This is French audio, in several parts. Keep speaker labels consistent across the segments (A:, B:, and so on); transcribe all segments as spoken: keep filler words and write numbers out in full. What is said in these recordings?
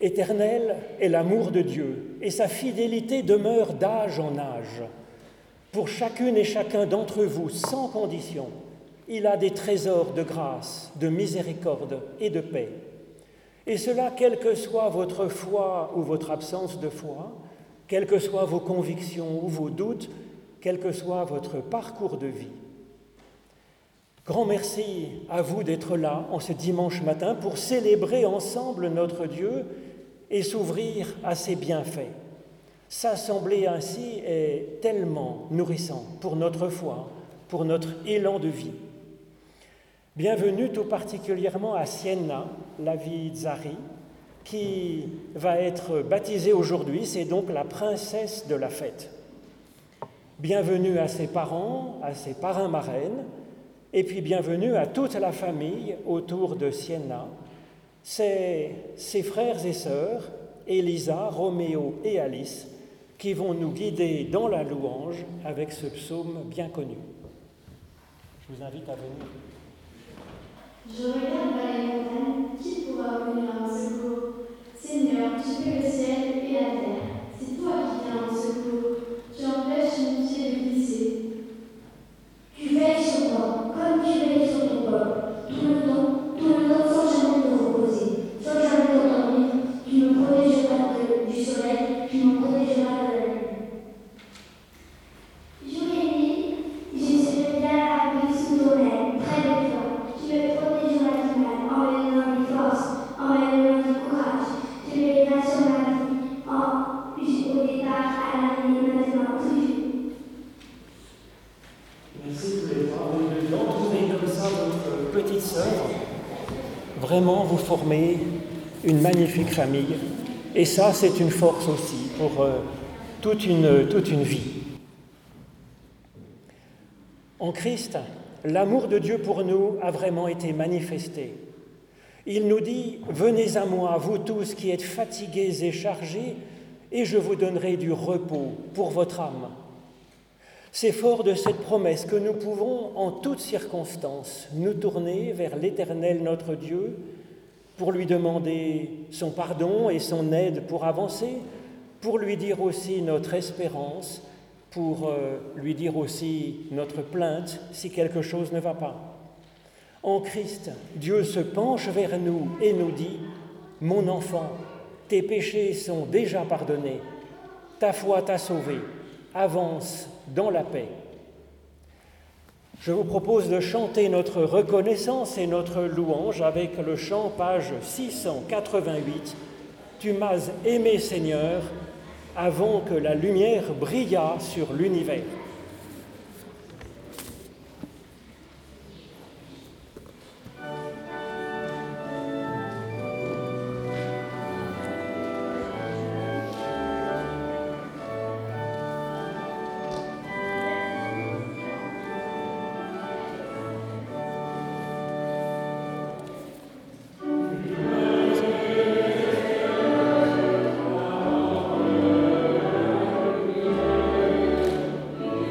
A: Éternel est l'amour de Dieu, et sa fidélité demeure d'âge en âge. Pour chacune et chacun d'entre vous, sans condition, il a des trésors de grâce, de miséricorde et de paix. Et cela, quelle que soit votre foi ou votre absence de foi, quelles que soient vos convictions ou vos doutes, quel que soit votre parcours de vie. Grand merci à vous d'être là en ce dimanche matin pour célébrer ensemble notre Dieu et s'ouvrir à ses bienfaits. S'assembler ainsi est tellement nourrissant pour notre foi, pour notre élan de vie. Bienvenue tout particulièrement à Sienna, la vie de Zari, qui va être baptisée aujourd'hui, c'est donc la princesse de la fête. Bienvenue à ses parents, à ses parrains-marraines, et puis bienvenue à toute la famille autour de Sienna, ses, ses frères et sœurs, Elisa, Roméo et Alice, qui vont nous guider dans la louange avec ce psaume bien connu. Je vous invite à venir.
B: Je regarde vers les montagnes, qui pourra venir à mon secours? Seigneur, tu fais le ciel et la terre, c'est toi qui viens à mon secours. Tu empêches mon pied de glisser.
C: Tu veilles sur moi, comme tu veilles sur ton peuple, tout le temps, tout le temps sans jamais me reposer, sans jamais t'endormir. Tu me protégeras de, du soleil, tu me protégeras de la lune.
D: Jour et nuit, je serai bien à l'abri sous ton aile, près de toi. Tu me protégeras du mal, en me donnant des forces, en me donnant du courage. Tu m'aideras sur ma vie, en, au départ, à l'arrivée, maintenant, toujours.
A: Merci tous les trois d'entourer comme ça votre petite sœur. Vraiment, vous formez une magnifique famille. Et ça, c'est une force aussi pour euh, toute une, toute une vie. En Christ, l'amour de Dieu pour nous a vraiment été manifesté. Il nous dit « Venez à moi, vous tous qui êtes fatigués et chargés, et je vous donnerai du repos pour votre âme. » C'est fort de cette promesse que nous pouvons, en toutes circonstances, nous tourner vers l'Éternel notre Dieu pour lui demander son pardon et son aide pour avancer, pour lui dire aussi notre espérance, pour euh, lui dire aussi notre plainte si quelque chose ne va pas. En Christ, Dieu se penche vers nous et nous dit « Mon enfant, tes péchés sont déjà pardonnés, ta foi t'a sauvé, avance dans la paix. » Je vous propose de chanter notre reconnaissance et notre louange avec le chant page six cent quatre-vingt-huit « Tu m'as aimé Seigneur, avant que la lumière brillât sur l'univers. »
D: Tu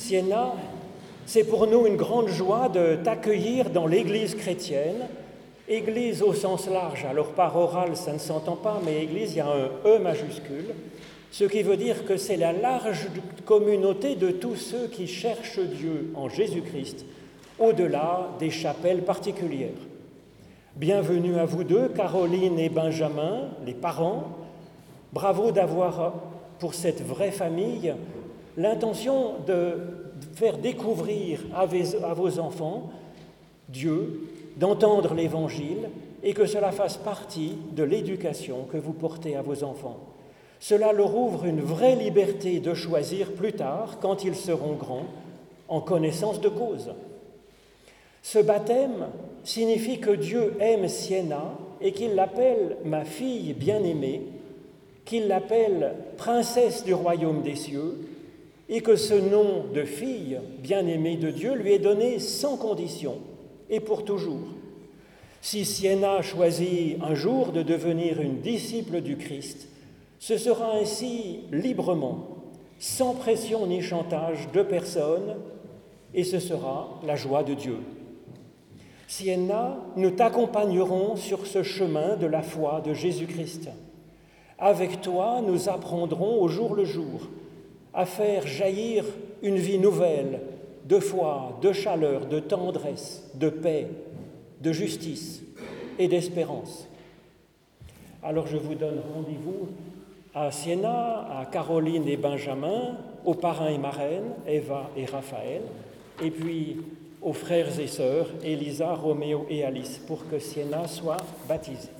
A: Sienna, c'est pour nous une grande joie de t'accueillir dans l'Église chrétienne, Église au sens large. Alors par oral, ça ne s'entend pas, mais Église, il y a un E majuscule, ce qui veut dire que c'est la large communauté de tous ceux qui cherchent Dieu en Jésus-Christ, au-delà des chapelles particulières. Bienvenue à vous deux, Caroline et Benjamin, les parents. Bravo d'avoir, pour cette vraie famille, l'intention de faire découvrir à vos enfants Dieu, d'entendre l'Évangile et que cela fasse partie de l'éducation que vous portez à vos enfants. Cela leur ouvre une vraie liberté de choisir plus tard, quand ils seront grands, en connaissance de cause. Ce baptême signifie que Dieu aime Sienna et qu'il l'appelle « ma fille bien-aimée », qu'il l'appelle « princesse du royaume des cieux » et que ce nom de fille bien-aimée de Dieu lui est donné sans condition et pour toujours. Si Sienna choisit un jour de devenir une disciple du Christ, ce sera ainsi librement, sans pression ni chantage de personne, et ce sera la joie de Dieu. Sienna, nous t'accompagnerons sur ce chemin de la foi de Jésus-Christ. Avec toi, nous apprendrons au jour le jour à faire jaillir une vie nouvelle de foi, de chaleur, de tendresse, de paix, de justice et d'espérance. Alors je vous donne rendez-vous à Sienna, à Caroline et Benjamin, aux parrains et marraines, Eva et Raphaël, et puis aux frères et sœurs, Elisa, Roméo et Alice, pour que Sienna soit baptisée.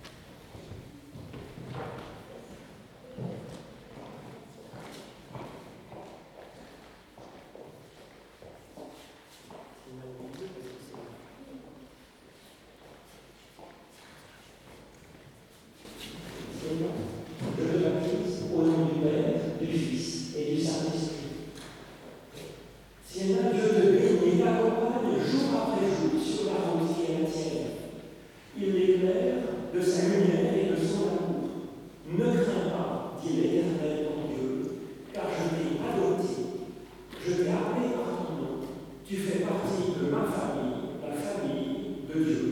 E: Je te baptise au nom du Père, du Fils et du Saint-Esprit. Sienna, Dieu te bénit et t'accompagne jour après jour sur la route qui est la tienne. Il l'éclaire de sa lumière et de son amour. Ne crains pas, dit l'Éternel ton Dieu, car je t'ai adopté. Je t'ai appelé par ton nom. Tu fais partie de ma famille, la famille de Dieu.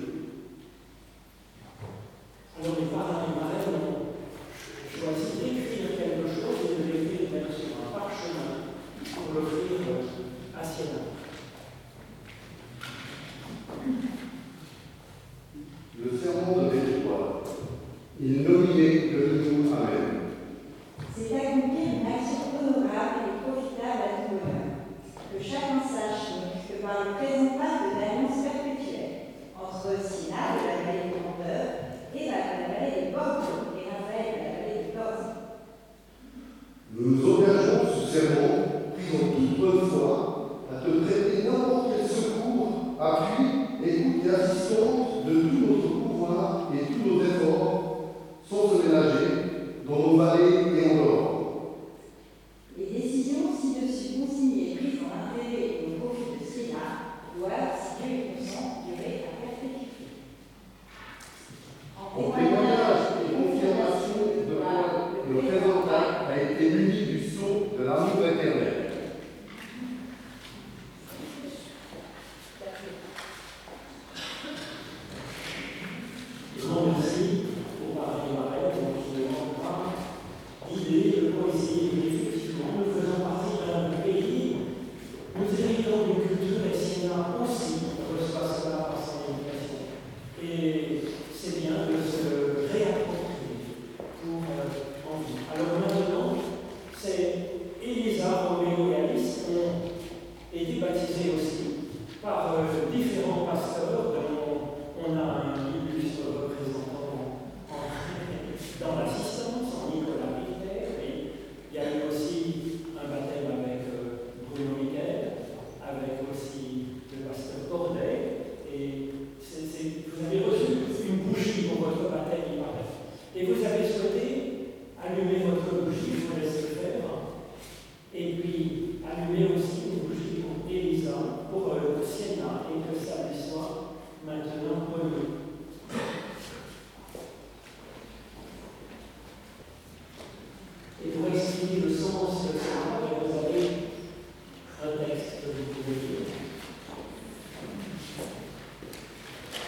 E: Alors les parents et marraines ont choisi d'écrire quelque chose et de l'écrire même sur un parchemin pour l'offrir à Sienna.
F: Le serment de l'étoile. Il nominait de nous. Amen.
G: C'est accomplir une action honorable et profitable à tout bonheur. Que chacun sache donc que par le présent acte d'alliance perpétuelle entre Sienna de la vallée de Grandeur et la vallée des Bordeaux et Raphaël de la vallée des Corses.
F: Nous nous engageons sous serment, pris en toute bonne foi, à te prêter n'importe quel secours, appui, écoute et assistance de tout notre pouvoir et tous nos efforts, sans se ménager, dans nos vallées et en dehors.
G: Les décisions ci-dessus consignées prises en intérêt et au profit de Sienna doivent, si Dieu le consent, durer à perpétuité.
F: En témoignage et confirmation de quoi le présent acte a été muni du sceau de l'amour éternel.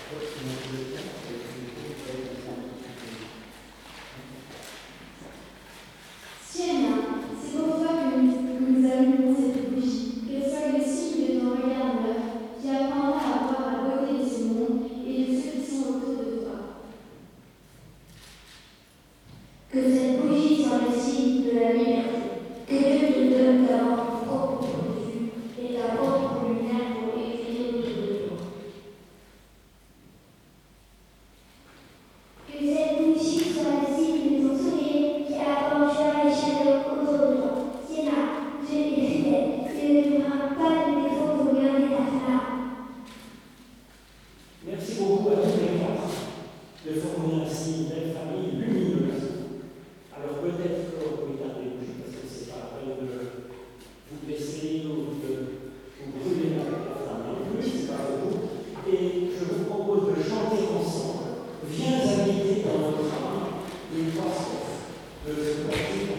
B: Sienna, c'est pour toi que nous, que nous allumons cette bougie, qu'elle soit le signe de ton regard neuf, qui apprendra à voir la beauté de ce monde et de ceux qui sont autour de toi.
C: Que cette bougie soit le signe de la liberté, que Dieu te donne d'avoir ton propre point de vue et ta propre lumière pour éclairer autour de toi. Que cette bougie soit le signe de ton sourire qui apporte joie et chaleur autour de toi. Sienna, Dieu est fidèle, il ne verra pas de défaut pour garder ta flamme.
E: Merci beaucoup à tous les quatre de former ainsi une belle famille lumineuse. Alors peut-être que vous pouvez garder les bougies parce que c'est pas la peine de vous blesser ou de vous brûler la flamme non plus, c'est pas pour vous. Et je vous propose de chanter ensemble. Viens habiter dans notre âme une croissance de ce bâtiment.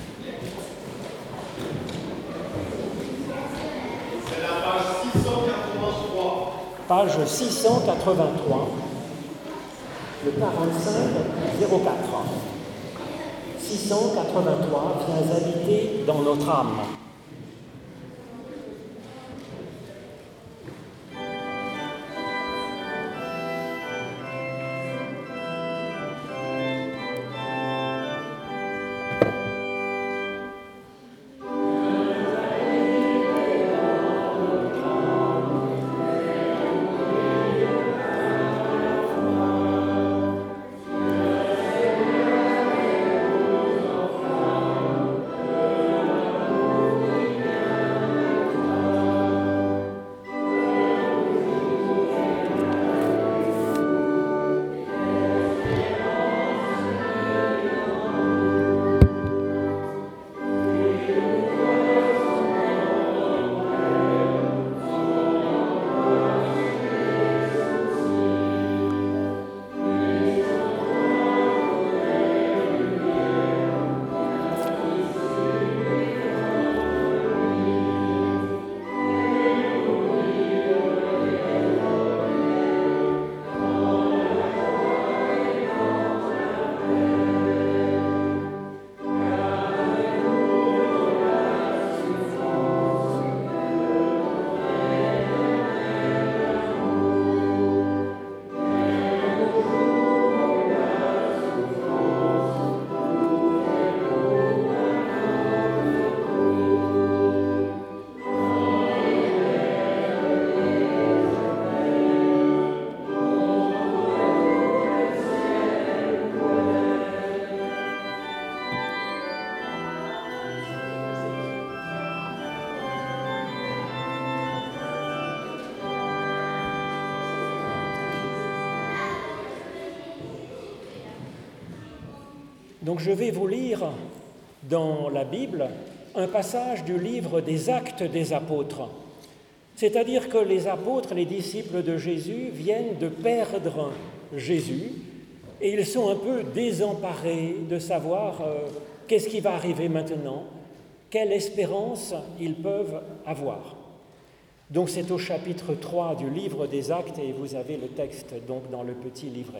F: C'est la page six cent quatre-vingt-trois.
A: Page six cent quatre-vingt-trois, le quarante-cinq zéro quatre. six cent quatre-vingt-trois, viens habiter dans notre âme. Donc je vais vous lire dans la Bible un passage du livre des Actes des Apôtres. C'est-à-dire que les apôtres, les disciples de Jésus, viennent de perdre Jésus et ils sont un peu désemparés de savoir euh, qu'est-ce qui va arriver maintenant, quelle espérance ils peuvent avoir. Donc c'est au chapitre trois du livre des Actes et vous avez le texte donc dans le petit livret.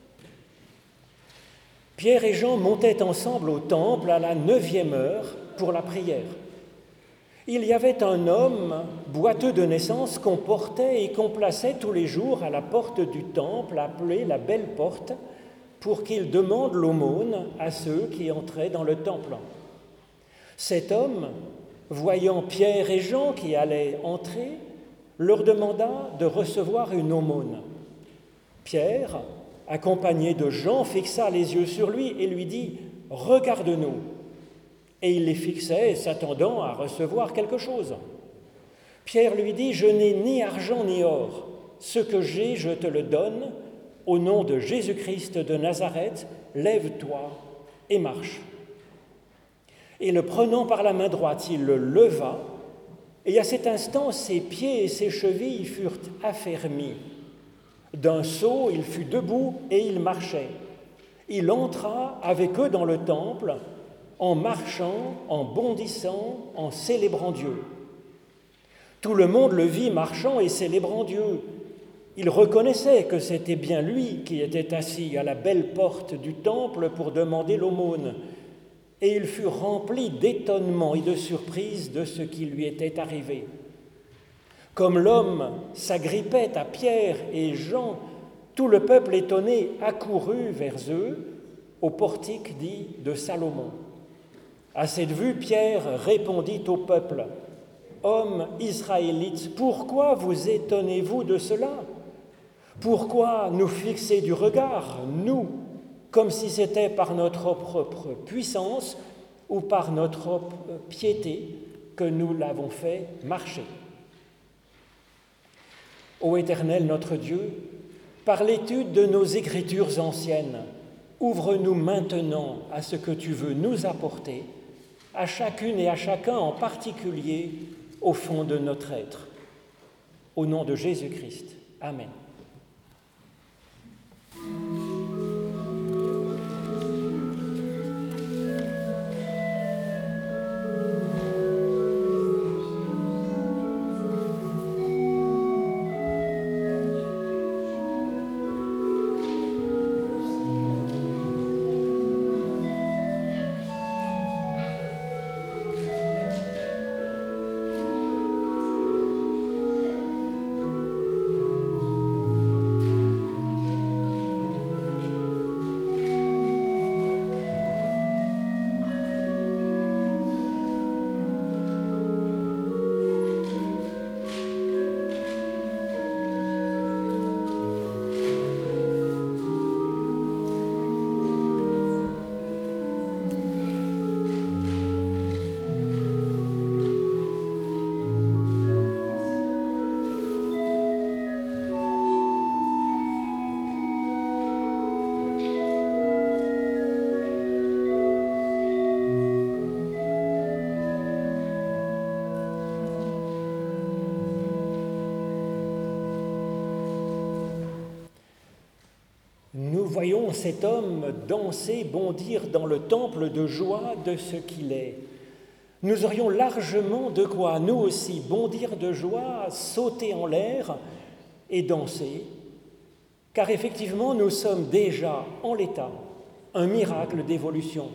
A: Pierre et Jean montaient ensemble au temple à la neuvième heure pour la prière. Il y avait un homme boiteux de naissance qu'on portait et qu'on plaçait tous les jours à la porte du temple, appelée la Belle Porte, pour qu'il demande l'aumône à ceux qui entraient dans le temple. Cet homme, voyant Pierre et Jean qui allaient entrer, leur demanda de recevoir une aumône. Pierre, accompagné de Jean, fixa les yeux sur lui et lui dit « Regarde-nous ». Et il les fixait, s'attendant à recevoir quelque chose. Pierre lui dit « Je n'ai ni argent ni or. Ce que j'ai, je te le donne. Au nom de Jésus-Christ de Nazareth, lève-toi et marche. » Et le prenant par la main droite, il le leva, et à cet instant, ses pieds et ses chevilles furent affermis. D'un saut, il fut debout et il marchait. Il entra avec eux dans le temple, en marchant, en bondissant, en célébrant Dieu. Tout le monde le vit marchant et célébrant Dieu. Il reconnaissait que c'était bien lui qui était assis à la belle porte du temple pour demander l'aumône, et il fut rempli d'étonnement et de surprise de ce qui lui était arrivé. Comme l'homme s'agrippait à Pierre et Jean, tout le peuple étonné accourut vers eux au portique dit de Salomon. À cette vue, Pierre répondit au peuple, « Hommes israélites, pourquoi vous étonnez-vous de cela ? Pourquoi nous fixer du regard, nous, comme si c'était par notre propre puissance ou par notre propre piété que nous l'avons fait marcher ? Ô Éternel notre Dieu, par l'étude de nos écritures anciennes, ouvre-nous maintenant à ce que tu veux nous apporter, à chacune et à chacun en particulier, au fond de notre être. Au nom de Jésus-Christ. Amen. Nous voyons cet homme danser, bondir dans le temple de joie de ce qu'il est. Nous aurions largement de quoi, nous aussi, bondir de joie, sauter en l'air et danser, car effectivement, nous sommes déjà en l'état, un miracle d'évolution.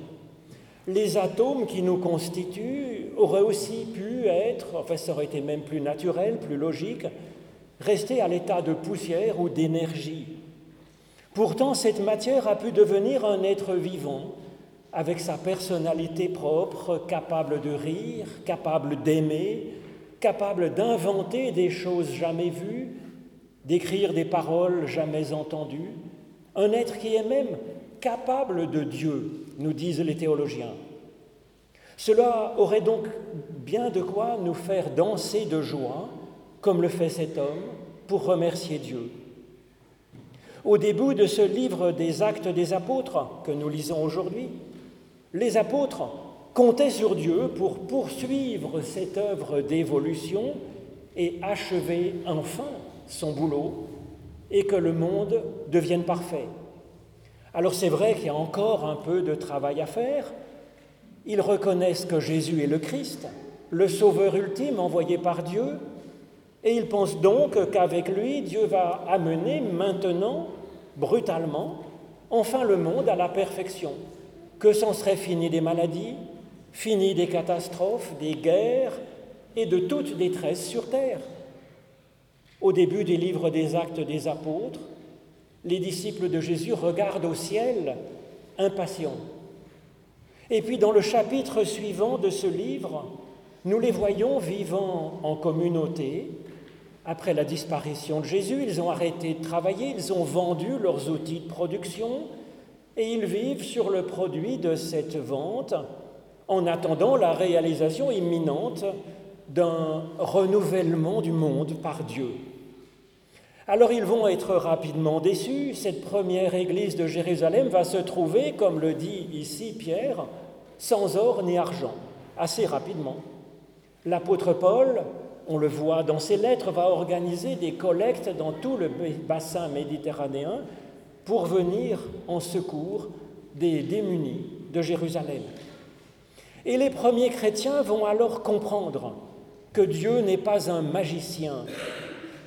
A: Les atomes qui nous constituent auraient aussi pu être, enfin ça aurait été même plus naturel, plus logique, rester à l'état de poussière ou d'énergie. Pourtant, cette matière a pu devenir un être vivant, avec sa personnalité propre, capable de rire, capable d'aimer, capable d'inventer des choses jamais vues, d'écrire des paroles jamais entendues, un être qui est même capable de Dieu, nous disent les théologiens. Cela aurait donc bien de quoi nous faire danser de joie, comme le fait cet homme, pour remercier Dieu. Au début de ce livre des Actes des Apôtres que nous lisons aujourd'hui, les apôtres comptaient sur Dieu pour poursuivre cette œuvre d'évolution et achever enfin son boulot et que le monde devienne parfait. Alors c'est vrai qu'il y a encore un peu de travail à faire. Ils reconnaissent que Jésus est le Christ, le Sauveur ultime envoyé par Dieu, et ils pensent donc qu'avec lui, Dieu va amener maintenant, brutalement, enfin le monde à la perfection, que c'en serait fini des maladies, fini des catastrophes, des guerres et de toute détresse sur terre. Au début des livres des Actes des Apôtres, les disciples de Jésus regardent au ciel, impatients. Et puis dans le chapitre suivant de ce livre, nous les voyons vivant en communauté. Après la disparition de Jésus, ils ont arrêté de travailler, ils ont vendu leurs outils de production et ils vivent sur le produit de cette vente en attendant la réalisation imminente d'un renouvellement du monde par Dieu. Alors ils vont être rapidement déçus. Cette première église de Jérusalem va se trouver, comme le dit ici Pierre, sans or ni argent, assez rapidement. L'apôtre Paul, on le voit dans ses lettres, va organiser des collectes dans tout le bassin méditerranéen pour venir en secours des démunis de Jérusalem. Et les premiers chrétiens vont alors comprendre que Dieu n'est pas un magicien,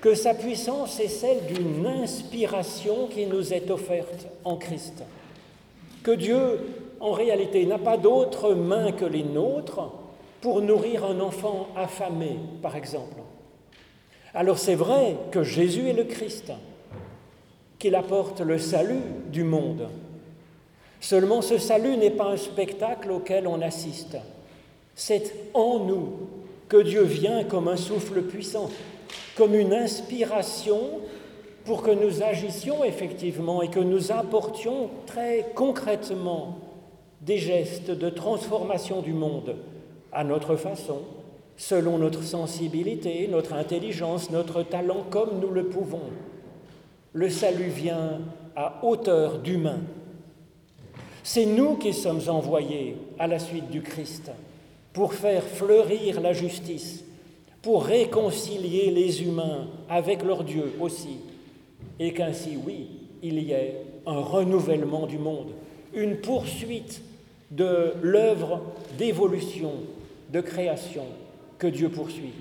A: que sa puissance est celle d'une inspiration qui nous est offerte en Christ, que Dieu, en réalité, n'a pas d'autres mains que les nôtres pour nourrir un enfant affamé, par exemple. Alors c'est vrai que Jésus est le Christ, qu'il apporte le salut du monde. Seulement ce salut n'est pas un spectacle auquel on assiste. C'est en nous que Dieu vient comme un souffle puissant, comme une inspiration pour que nous agissions effectivement et que nous apportions très concrètement des gestes de transformation du monde à notre façon, selon notre sensibilité, notre intelligence, notre talent, comme nous le pouvons. Le salut vient à hauteur d'humain. C'est nous qui sommes envoyés à la suite du Christ pour faire fleurir la justice, pour réconcilier les humains avec leur Dieu aussi, et qu'ainsi, oui, il y ait un renouvellement du monde, une poursuite de l'œuvre d'évolution, de création que Dieu poursuit.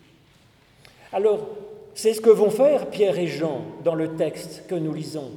A: Alors, c'est ce que vont faire Pierre et Jean dans le texte que nous lisons.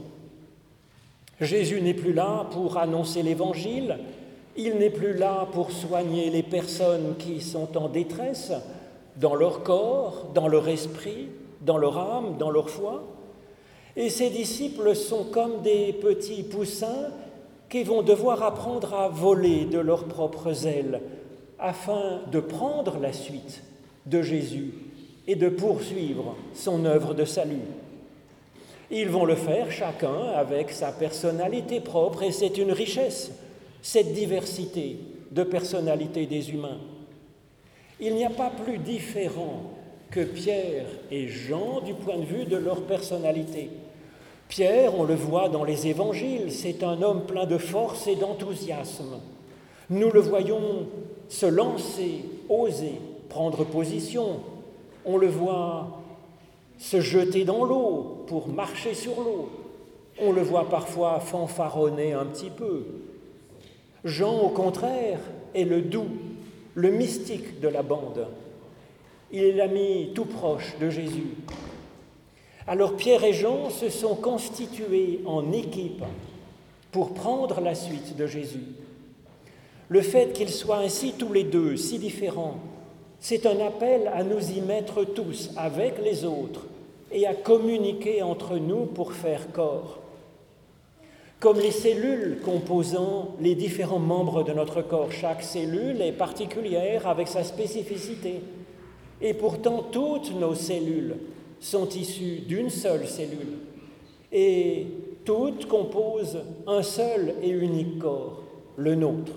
A: Jésus n'est plus là pour annoncer l'Évangile, il n'est plus là pour soigner les personnes qui sont en détresse dans leur corps, dans leur esprit, dans leur âme, dans leur foi. Et ses disciples sont comme des petits poussins qui vont devoir apprendre à voler de leurs propres ailes afin de prendre la suite de Jésus et de poursuivre son œuvre de salut. Ils vont le faire chacun avec sa personnalité propre et c'est une richesse, cette diversité de personnalité des humains. Il n'y a pas plus différent que Pierre et Jean du point de vue de leur personnalité. Pierre, on le voit dans les évangiles, c'est un homme plein de force et d'enthousiasme. Nous le voyons se lancer, oser, prendre position. On le voit se jeter dans l'eau pour marcher sur l'eau. On le voit parfois fanfaronner un petit peu. Jean, au contraire, est le doux, le mystique de la bande. Il est l'ami tout proche de Jésus. Alors Pierre et Jean se sont constitués en équipe pour prendre la suite de Jésus. Le fait qu'ils soient ainsi tous les deux, si différents, c'est un appel à nous y mettre tous avec les autres et à communiquer entre nous pour faire corps. Comme les cellules composant les différents membres de notre corps, chaque cellule est particulière avec sa spécificité. Et pourtant, toutes nos cellules sont issues d'une seule cellule. Et toutes composent un seul et unique corps, le nôtre.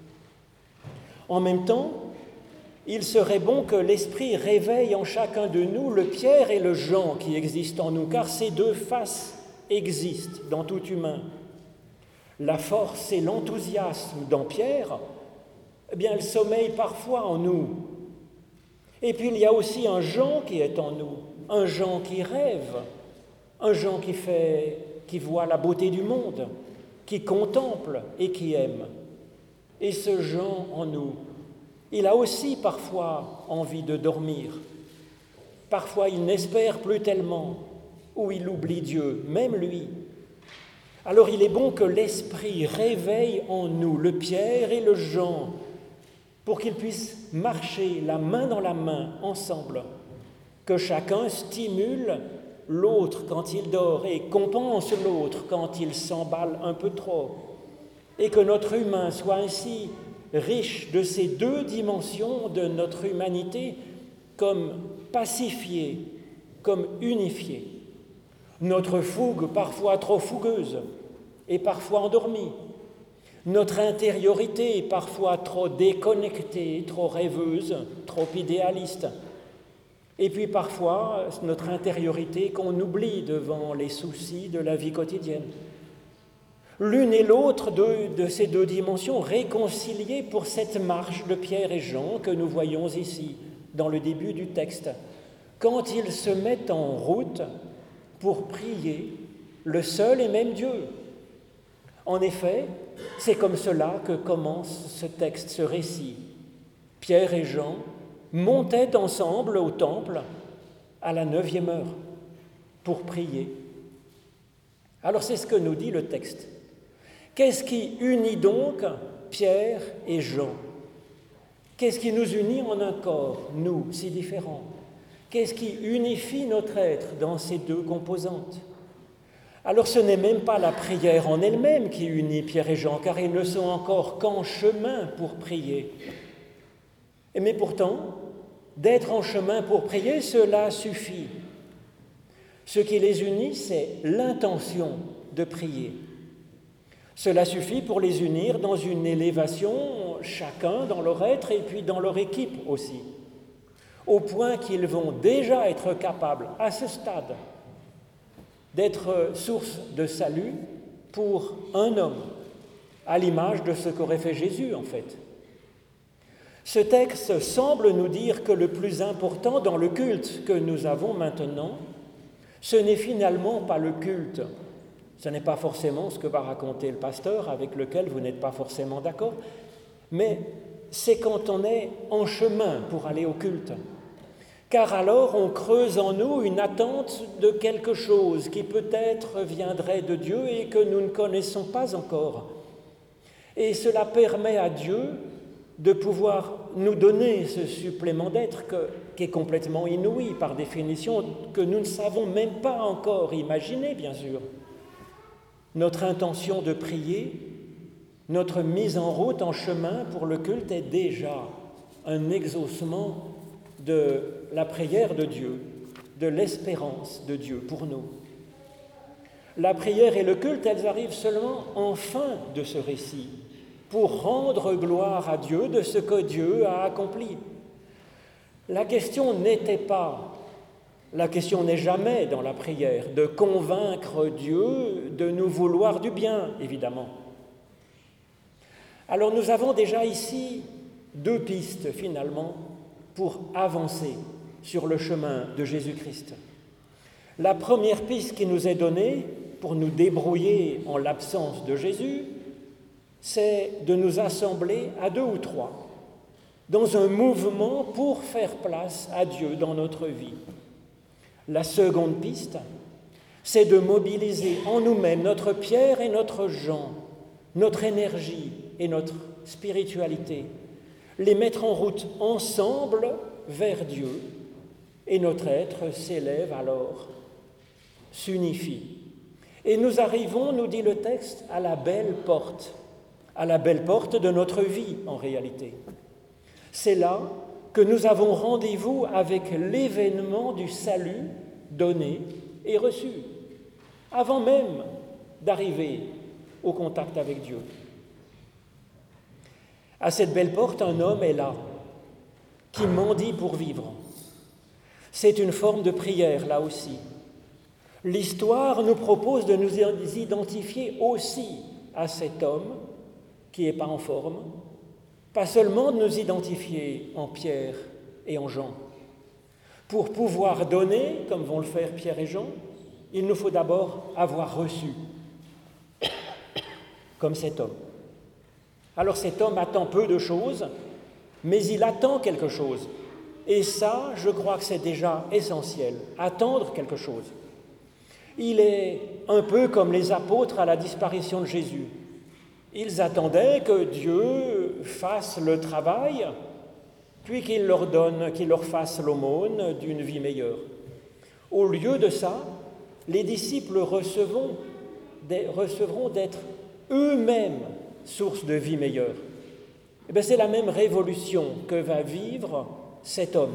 A: En même temps, il serait bon que l'Esprit réveille en chacun de nous le Pierre et le Jean qui existent en nous, car ces deux faces existent dans tout humain. La force et l'enthousiasme dans Pierre, eh bien, elles sommeillent parfois en nous. Et puis il y a aussi un Jean qui est en nous, un Jean qui rêve, un Jean qui fait, qui voit la beauté du monde, qui contemple et qui aime. Et ce Jean en nous, il a aussi parfois envie de dormir. Parfois il n'espère plus tellement, ou il oublie Dieu, même lui. Alors il est bon que l'Esprit réveille en nous le Pierre et le Jean pour qu'ils puissent marcher la main dans la main ensemble, que chacun stimule l'autre quand il dort et compense l'autre quand il s'emballe un peu trop, et que notre humain soit ainsi riche de ces deux dimensions de notre humanité comme pacifié, comme unifié. Notre fougue parfois trop fougueuse et parfois endormie. Notre intériorité parfois trop déconnectée, trop rêveuse, trop idéaliste. Et puis parfois notre intériorité qu'on oublie devant les soucis de la vie quotidienne. L'une et l'autre de, de ces deux dimensions réconciliées pour cette marche de Pierre et Jean que nous voyons ici, dans le début du texte, quand ils se mettent en route pour prier le seul et même Dieu. En effet, c'est comme cela que commence ce texte, ce récit. Pierre et Jean montaient ensemble au temple à la neuvième heure pour prier. Alors c'est ce que nous dit le texte. Qu'est-ce qui unit donc Pierre et Jean? Qu'est-ce qui nous unit en un corps, nous, si différents? Qu'est-ce qui unifie notre être dans ces deux composantes? Alors ce n'est même pas la prière en elle-même qui unit Pierre et Jean, car ils ne sont encore qu'en chemin pour prier. Mais pourtant, d'être en chemin pour prier, cela suffit. Ce qui les unit, c'est l'intention de prier. Cela suffit pour les unir dans une élévation, chacun dans leur être et puis dans leur équipe aussi, au point qu'ils vont déjà être capables, à ce stade, d'être source de salut pour un homme, à l'image de ce qu'aurait fait Jésus en fait. Ce texte semble nous dire que le plus important dans le culte que nous avons maintenant, ce n'est finalement pas le culte. Ce n'est pas forcément ce que va raconter le pasteur avec lequel vous n'êtes pas forcément d'accord, mais c'est quand on est en chemin pour aller au culte. Car alors on creuse en nous une attente de quelque chose qui peut-être viendrait de Dieu et que nous ne connaissons pas encore. Et cela permet à Dieu de pouvoir nous donner ce supplément d'être que, qui est complètement inouï par définition, que nous ne savons même pas encore imaginer, bien sûr. Notre intention de prier, notre mise en route en chemin pour le culte est déjà un exaucement de la prière de Dieu, de l'espérance de Dieu pour nous. La prière et le culte, elles arrivent seulement en fin de ce récit, pour rendre gloire à Dieu de ce que Dieu a accompli. La question n'était pas, la question n'est jamais dans la prière, de convaincre Dieu de nous vouloir du bien, évidemment. Alors nous avons déjà ici deux pistes, finalement, pour avancer sur le chemin de Jésus-Christ. La première piste qui nous est donnée pour nous débrouiller en l'absence de Jésus, c'est de nous assembler à deux ou trois, dans un mouvement pour faire place à Dieu dans notre vie. La seconde piste, c'est de mobiliser en nous-mêmes notre Pierre et notre Jean, notre énergie et notre spiritualité, les mettre en route ensemble vers Dieu, et notre être s'élève alors, s'unifie. Et nous arrivons, nous dit le texte, à la belle porte, à la belle porte de notre vie en réalité. C'est là que nous avons rendez-vous avec l'événement du salut donné et reçu, avant même d'arriver au contact avec Dieu. À cette belle porte, un homme est là, qui mendie pour vivre. C'est une forme de prière, là aussi. L'histoire nous propose de nous identifier aussi à cet homme qui n'est pas en forme, pas seulement de nous identifier en Pierre et en Jean. Pour pouvoir donner, comme vont le faire Pierre et Jean, il nous faut d'abord avoir reçu, comme cet homme. Alors cet homme attend peu de choses, mais il attend quelque chose. Et ça, je crois que c'est déjà essentiel, attendre quelque chose. Il est un peu comme les apôtres à la disparition de Jésus. Ils attendaient que Dieu fasse le travail, puis qu'il leur donne, qu'il leur fasse l'aumône d'une vie meilleure. Au lieu de ça, les disciples recevront, recevront d'être eux-mêmes source de vie meilleure. Et bien, c'est la même révolution que va vivre cet homme.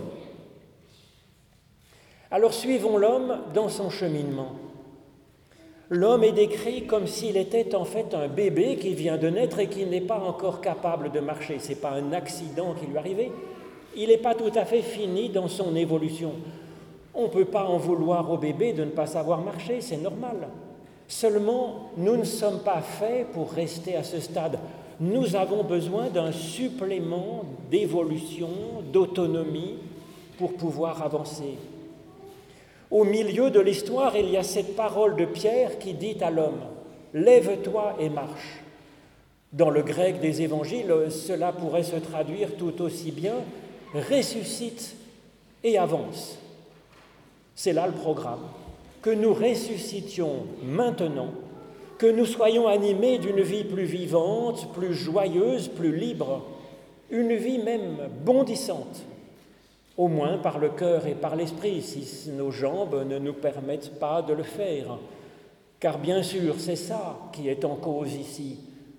A: Alors suivons l'homme dans son cheminement. L'homme est décrit comme s'il était en fait un bébé qui vient de naître et qui n'est pas encore capable de marcher. Ce n'est pas un accident qui lui est arrivé. Il n'est pas tout à fait fini dans son évolution. On ne peut pas en vouloir au bébé de ne pas savoir marcher, c'est normal. Seulement, nous ne sommes pas faits pour rester à ce stade. Nous avons besoin d'un supplément d'évolution, d'autonomie pour pouvoir avancer. Au milieu de l'histoire, il y a cette parole de Pierre qui dit à l'homme « Lève-toi et marche ». Dans le grec des évangiles, cela pourrait se traduire tout aussi bien « Ressuscite et avance ». C'est là le programme. Que nous ressuscitions maintenant, que nous soyons animés d'une vie plus vivante, plus joyeuse, plus libre, une vie même bondissante, au moins par le cœur et par l'esprit, si nos jambes ne nous permettent pas de le faire. Car bien sûr, c'est ça qui est en cause ici.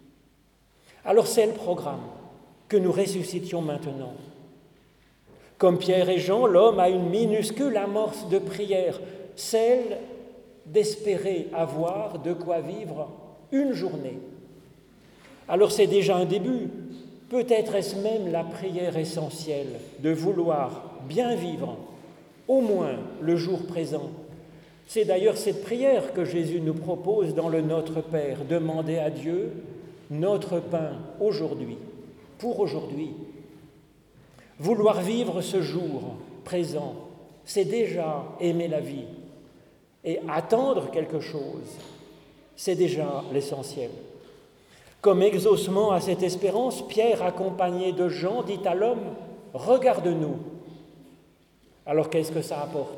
A: Alors c'est le programme, que nous ressuscitions maintenant. Comme Pierre et Jean, l'homme a une minuscule amorce de prière, celle d'espérer avoir de quoi vivre une journée. Alors c'est déjà un début, peut-être est-ce même la prière essentielle de vouloir bien vivre, au moins le jour présent. C'est d'ailleurs cette prière que Jésus nous propose dans le Notre Père, demander à Dieu notre pain aujourd'hui, pour aujourd'hui. Vouloir vivre ce jour présent, c'est déjà aimer la vie. Et attendre quelque chose, c'est déjà l'essentiel. Comme exaucement à cette espérance, Pierre, accompagné de Jean, dit à l'homme « Regarde-nous ». Alors qu'est-ce que ça apporte ?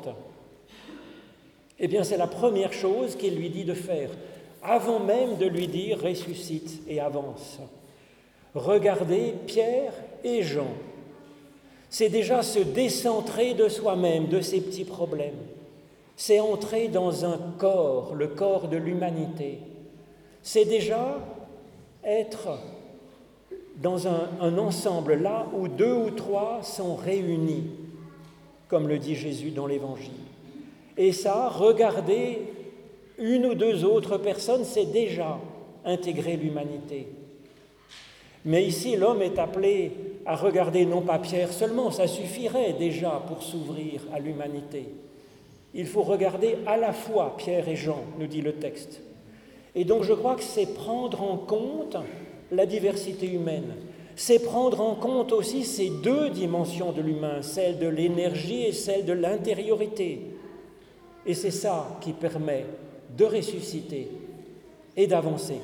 A: Eh bien, c'est la première chose qu'il lui dit de faire, avant même de lui dire « Ressuscite et avance ». Regardez Pierre et Jean. C'est déjà se décentrer de soi-même, de ses petits problèmes. C'est entrer dans un corps, le corps de l'humanité. C'est déjà être dans un, un ensemble là où deux ou trois sont réunis, comme le dit Jésus dans l'Évangile. Et ça, regarder une ou deux autres personnes, c'est déjà intégrer l'humanité. Mais ici, l'homme est appelé à regarder non pas Pierre seulement, ça suffirait déjà pour s'ouvrir à l'humanité. Il faut regarder à la fois Pierre et Jean, nous dit le texte. Et donc je crois que c'est prendre en compte la diversité humaine. C'est prendre en compte aussi ces deux dimensions de l'humain, celle de l'énergie et celle de l'intériorité. Et c'est ça qui permet de ressusciter et d'avancer.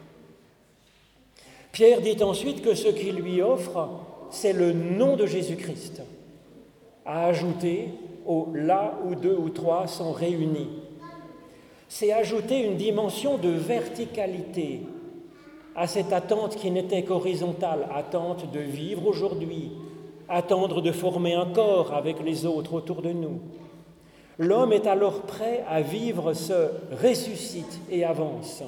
A: Pierre dit ensuite que ce qu'il lui offre, c'est le nom de Jésus-Christ, à ajouter au là où deux ou trois sont réunis. C'est ajouter une dimension de verticalité à cette attente qui n'était qu'horizontale, attente de vivre aujourd'hui, attendre de former un corps avec les autres autour de nous. L'homme est alors prêt à vivre ce ressuscite et avance.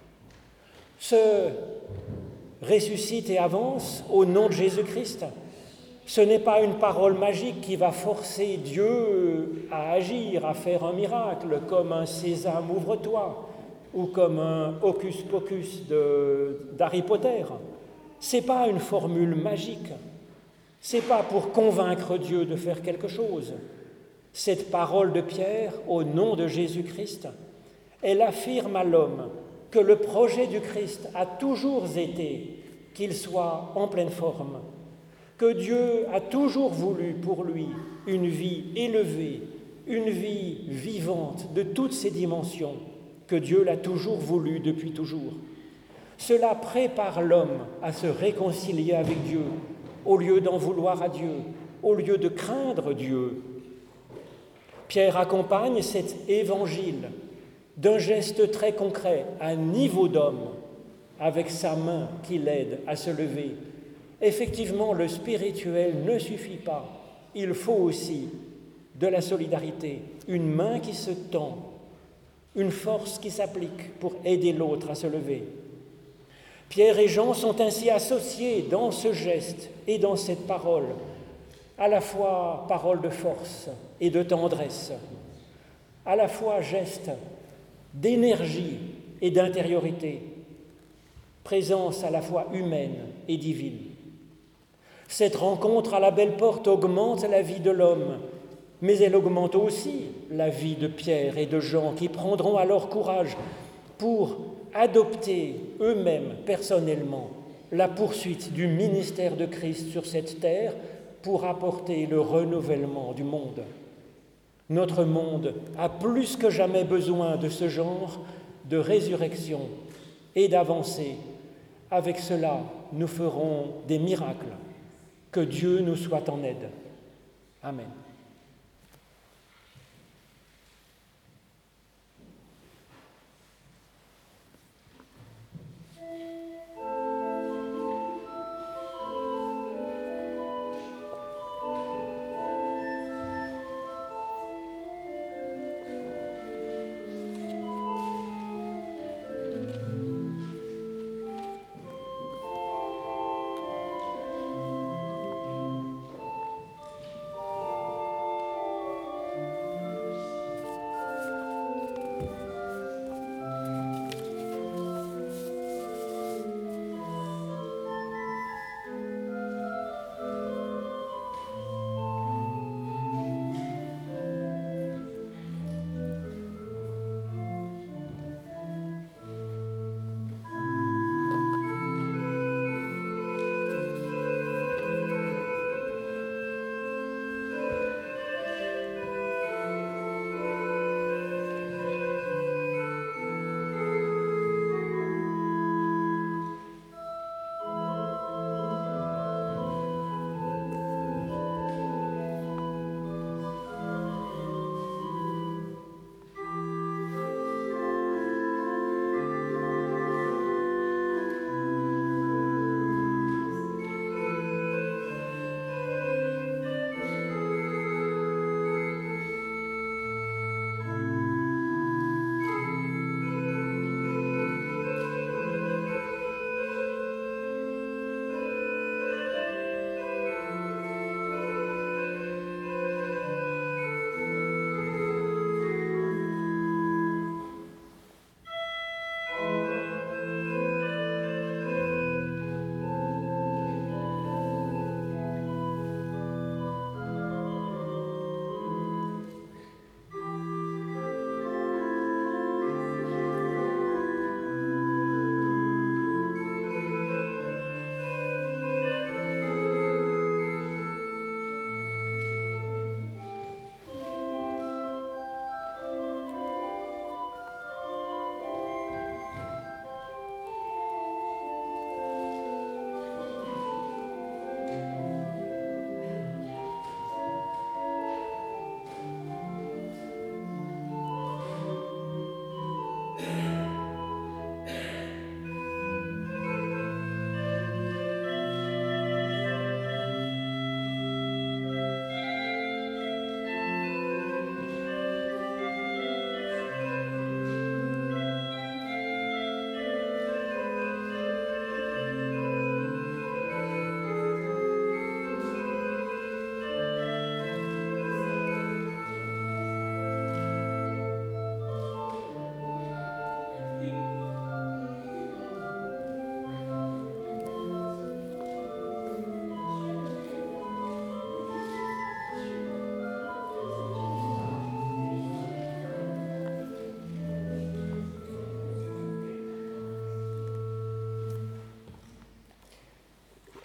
A: Ce ressuscite et avance au nom de Jésus-Christ. Ce n'est pas une parole magique qui va forcer Dieu à agir, à faire un miracle, comme un Sésame ouvre-toi ou comme un hocus pocus de, d'Harry Potter. Ce n'est pas une formule magique. Ce n'est pas pour convaincre Dieu de faire quelque chose. Cette parole de Pierre, au nom de Jésus-Christ, elle affirme à l'homme que le projet du Christ a toujours été qu'il soit en pleine forme, que Dieu a toujours voulu pour lui une vie élevée, une vie vivante de toutes ses dimensions, que Dieu l'a toujours voulu depuis toujours. Cela prépare l'homme à se réconcilier avec Dieu, au lieu d'en vouloir à Dieu, au lieu de craindre Dieu. Pierre accompagne cet évangile d'un geste très concret, à niveau d'homme, avec sa main qui l'aide à se lever. Effectivement, le spirituel ne suffit pas. Il faut aussi de la solidarité, une main qui se tend, une force qui s'applique pour aider l'autre à se lever. Pierre et Jean sont ainsi associés dans ce geste et dans cette parole, à la fois parole de force et de tendresse, à la fois geste d'énergie et d'intériorité, présence à la fois humaine et divine. Cette rencontre à la belle porte augmente la vie de l'homme, mais elle augmente aussi la vie de Pierre et de Jean, qui prendront alors courage pour adopter eux-mêmes personnellement la poursuite du ministère de Christ sur cette terre pour apporter le renouvellement du monde. Notre monde a plus que jamais besoin de ce genre de résurrection et d'avancée. Avec cela, nous ferons des miracles. Que Dieu nous soit en aide. Amen.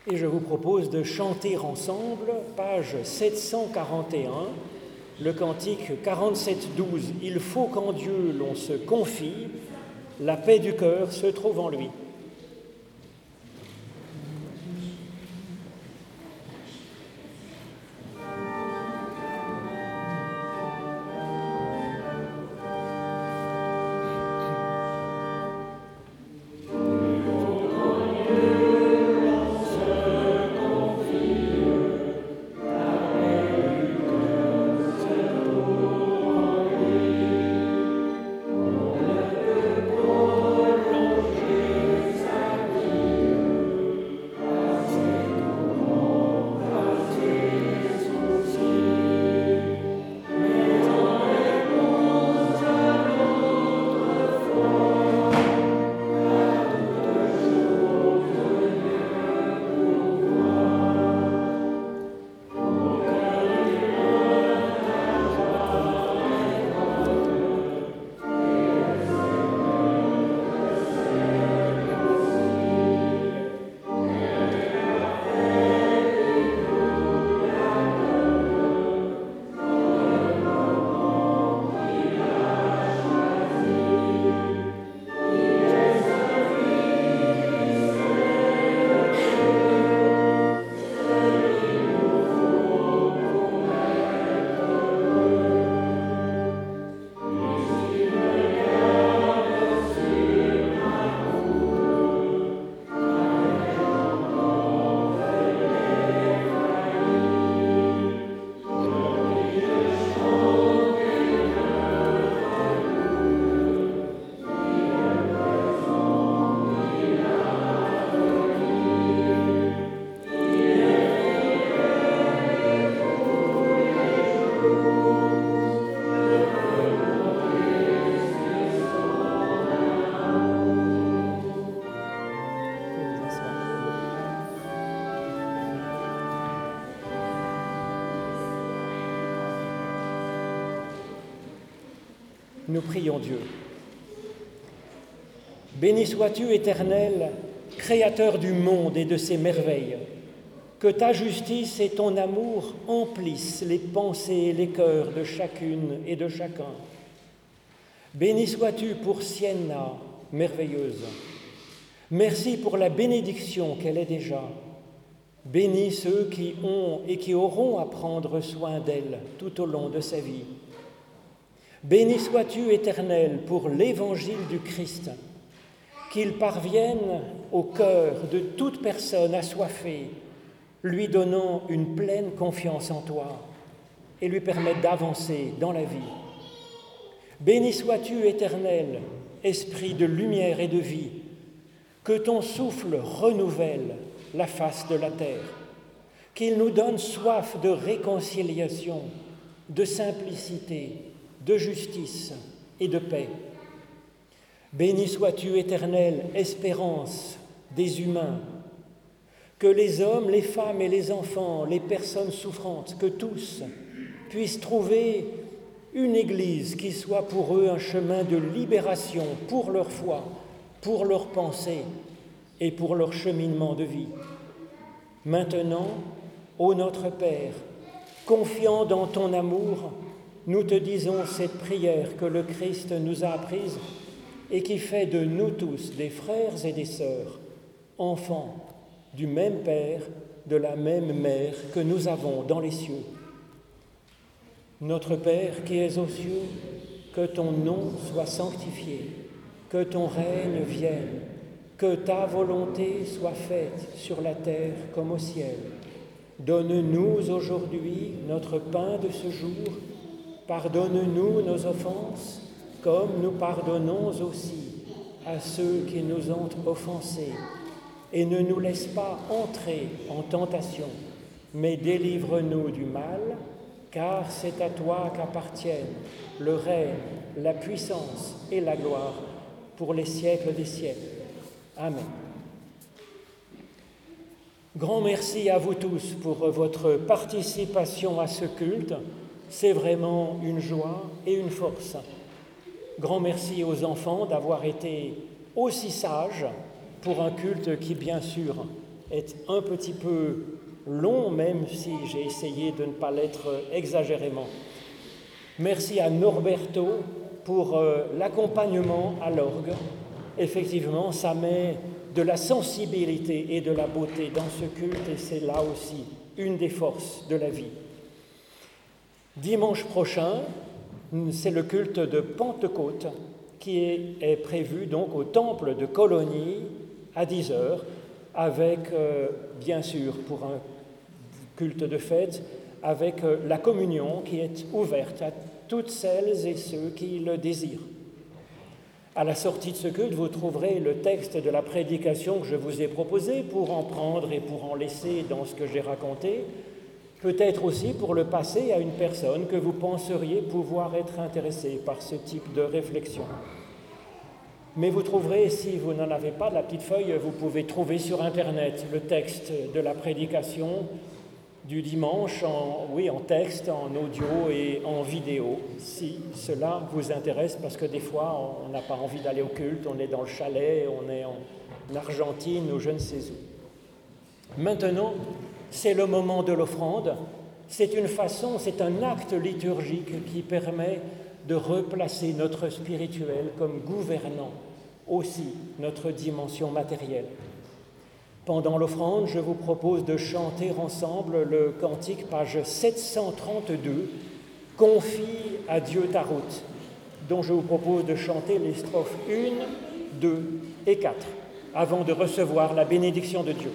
A: Et je vous propose de chanter ensemble, page sept cent quarante et un, le cantique quarante-sept douze. Il faut qu'en Dieu l'on se confie, la paix du cœur se trouve en lui. Nous prions Dieu. Béni sois-tu, Éternel, Créateur du monde et de ses merveilles, que ta justice et ton amour emplissent les pensées et les cœurs de chacune et de chacun. Béni sois-tu pour Sienna, merveilleuse. Merci pour la bénédiction qu'elle est déjà. Bénis ceux qui ont et qui auront à prendre soin d'elle tout au long de sa vie. Béni sois-tu, Éternel, pour l'évangile du Christ, qu'il parvienne au cœur de toute personne assoiffée, lui donnant une pleine confiance en toi et lui permette d'avancer dans la vie. Béni sois-tu, Éternel, Esprit de lumière et de vie, que ton souffle renouvelle la face de la terre, qu'il nous donne soif de réconciliation, de simplicité, de justice et de paix. Béni sois-tu, Éternel, espérance des humains, que les hommes, les femmes et les enfants, les personnes souffrantes, que tous puissent trouver une Église qui soit pour eux un chemin de libération pour leur foi, pour leur pensée et pour leur cheminement de vie. Maintenant, ô notre Père, confiant dans ton amour, nous te disons cette prière que le Christ nous a apprise et qui fait de nous tous des frères et des sœurs, enfants du même Père, de la même Mère que nous avons dans les cieux. Notre Père qui es aux cieux, que ton nom soit sanctifié, que ton règne vienne, que ta volonté soit faite sur la terre comme au ciel. Donne-nous aujourd'hui notre pain de ce jour. Pardonne-nous nos offenses, comme nous pardonnons aussi à ceux qui nous ont offensés. Et ne nous laisse pas entrer en tentation, mais délivre-nous du mal, car c'est à toi qu'appartiennent le règne, la puissance et la gloire pour les siècles des siècles. Amen. Grand merci à vous tous pour votre participation à ce culte. C'est vraiment une joie et une force. Grand merci aux enfants d'avoir été aussi sages pour un culte qui, bien sûr, est un petit peu long, même si j'ai essayé de ne pas l'être exagérément. Merci à Norberto pour euh, l'accompagnement à l'orgue. Effectivement, ça met de la sensibilité et de la beauté dans ce culte, et c'est là aussi une des forces de la vie. Dimanche prochain, c'est le culte de Pentecôte qui est, est prévu donc au temple de Colonie à dix heures, avec, euh, bien sûr, pour un culte de fête, avec euh, la communion qui est ouverte à toutes celles et ceux qui le désirent. À la sortie de ce culte, vous trouverez le texte de la prédication que je vous ai proposé pour en prendre et pour en laisser dans ce que j'ai raconté, peut-être aussi pour le passer à une personne que vous penseriez pouvoir être intéressée par ce type de réflexion. Mais vous trouverez, si vous n'en avez pas de la petite feuille, vous pouvez trouver sur Internet le texte de la prédication du dimanche, en, oui, en texte, en audio et en vidéo, si cela vous intéresse, parce que des fois, on n'a pas envie d'aller au culte, on est dans le chalet, on est en Argentine ou je ne sais où. Maintenant, c'est le moment de l'offrande. C'est une façon, c'est un acte liturgique qui permet de replacer notre spirituel comme gouvernant aussi notre dimension matérielle. Pendant l'offrande, je vous propose de chanter ensemble le cantique, page sept cent trente-deux, « Confie à Dieu ta route », dont je vous propose de chanter les strophes un, deux et quatre, avant de recevoir la bénédiction de Dieu.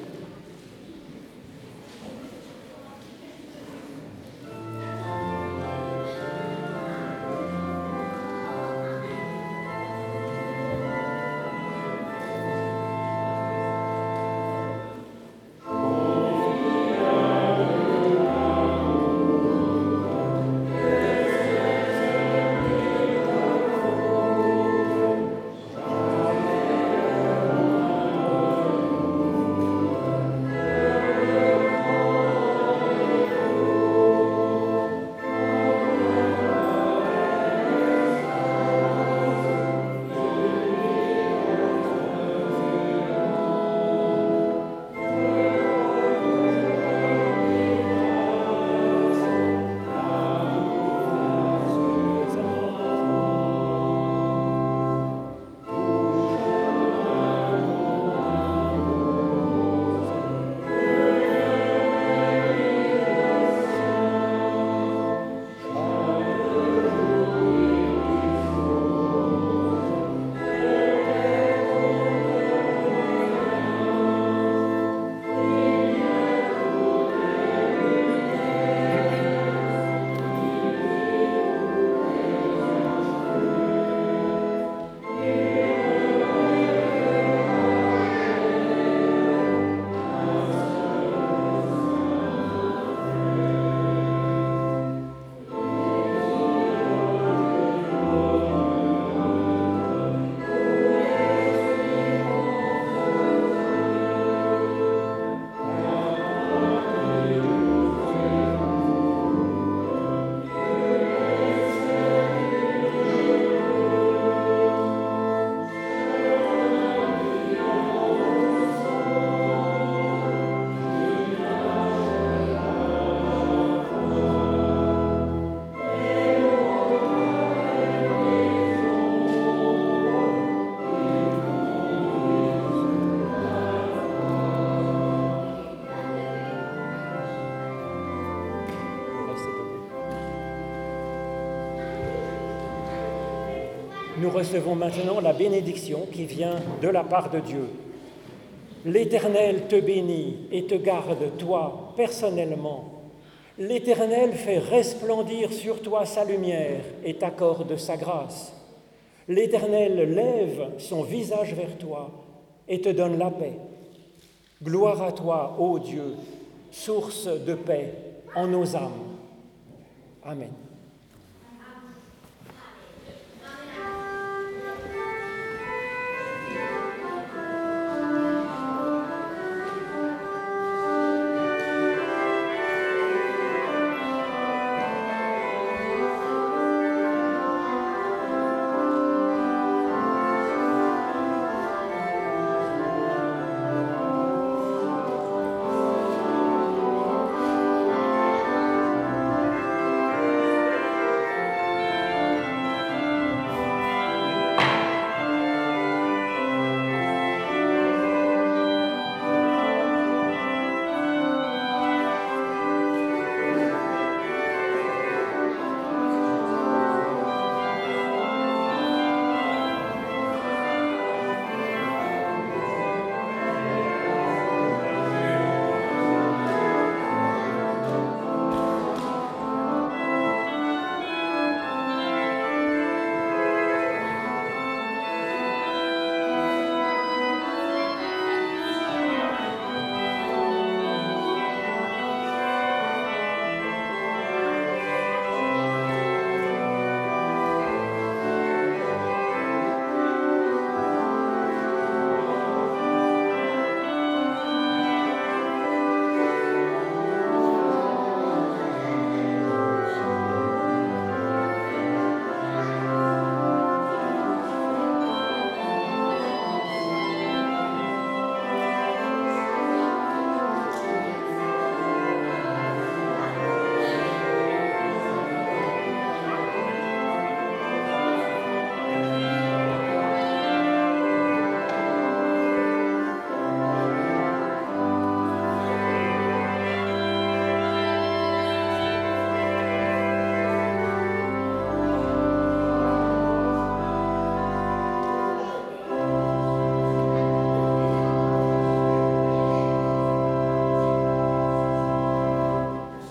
A: Nous recevons maintenant la bénédiction qui vient de la part de Dieu. L'Éternel te bénit et te garde, toi, personnellement. L'Éternel fait resplendir sur toi sa lumière et t'accorde sa grâce. L'Éternel lève son visage vers toi et te donne la paix. Gloire à toi, ô Dieu, source de paix en nos âmes. Amen.